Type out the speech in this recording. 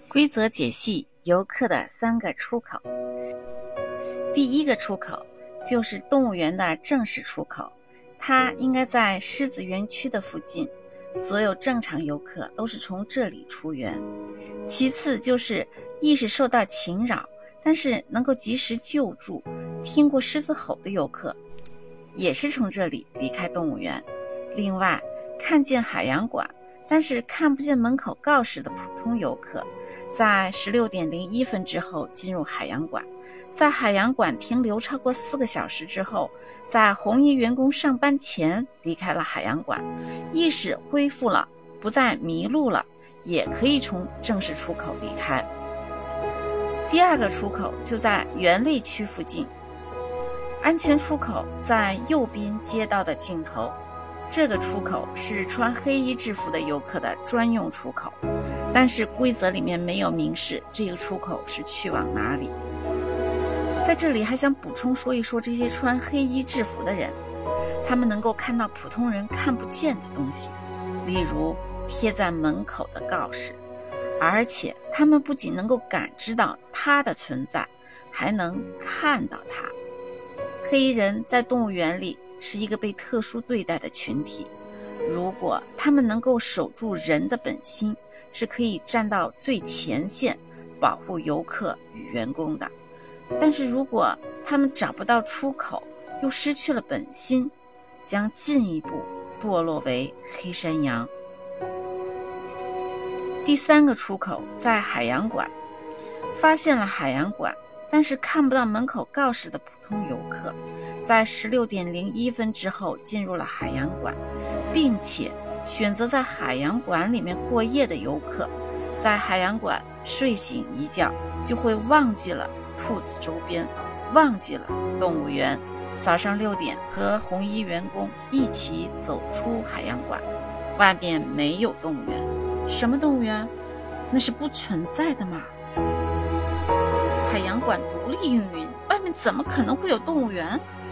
规则解析游客的3个出口。第一个出口就是动物园的正式出口，它应该在狮子园区的附近，所有正常游客都是从这里出园。其次就是意识受到侵扰，但是能够及时救助，听过狮子吼的游客，也是从这里离开动物园。另外，看见海洋馆但是看不见门口告示的普通游客，在16点01分之后进入海洋馆，在海洋馆停留超过4个小时之后，在红衣员工上班前离开了海洋馆，意识恢复了，不再迷路了，也可以从正式出口离开。第二个出口就在园内区附近，安全出口在右边街道的尽头。这个出口是穿黑衣制服的游客的专用出口，但是规则里面没有明示这个出口是去往哪里。在这里还想补充说一说这些穿黑衣制服的人，他们能够看到普通人看不见的东西，例如贴在门口的告示，而且他们不仅能够感知到它的存在，还能看到它。黑衣人在动物园里是一个被特殊对待的群体，如果他们能够守住人的本心，是可以站到最前线保护游客与员工的。但是如果他们找不到出口，又失去了本心，将进一步堕落为黑山羊。第3个出口在海洋馆，发现了海洋馆，但是看不到门口告示的普通游客，在16点01分之后进入了海洋馆，并且选择在海洋馆里面过夜的游客，在海洋馆睡醒一觉就会忘记了兔子周边，忘记了动物园。早上6点和红衣员工一起走出海洋馆，外面没有动物园。什么动物园？那是不存在的嘛。海洋馆独立运营，外面怎么可能会有动物园？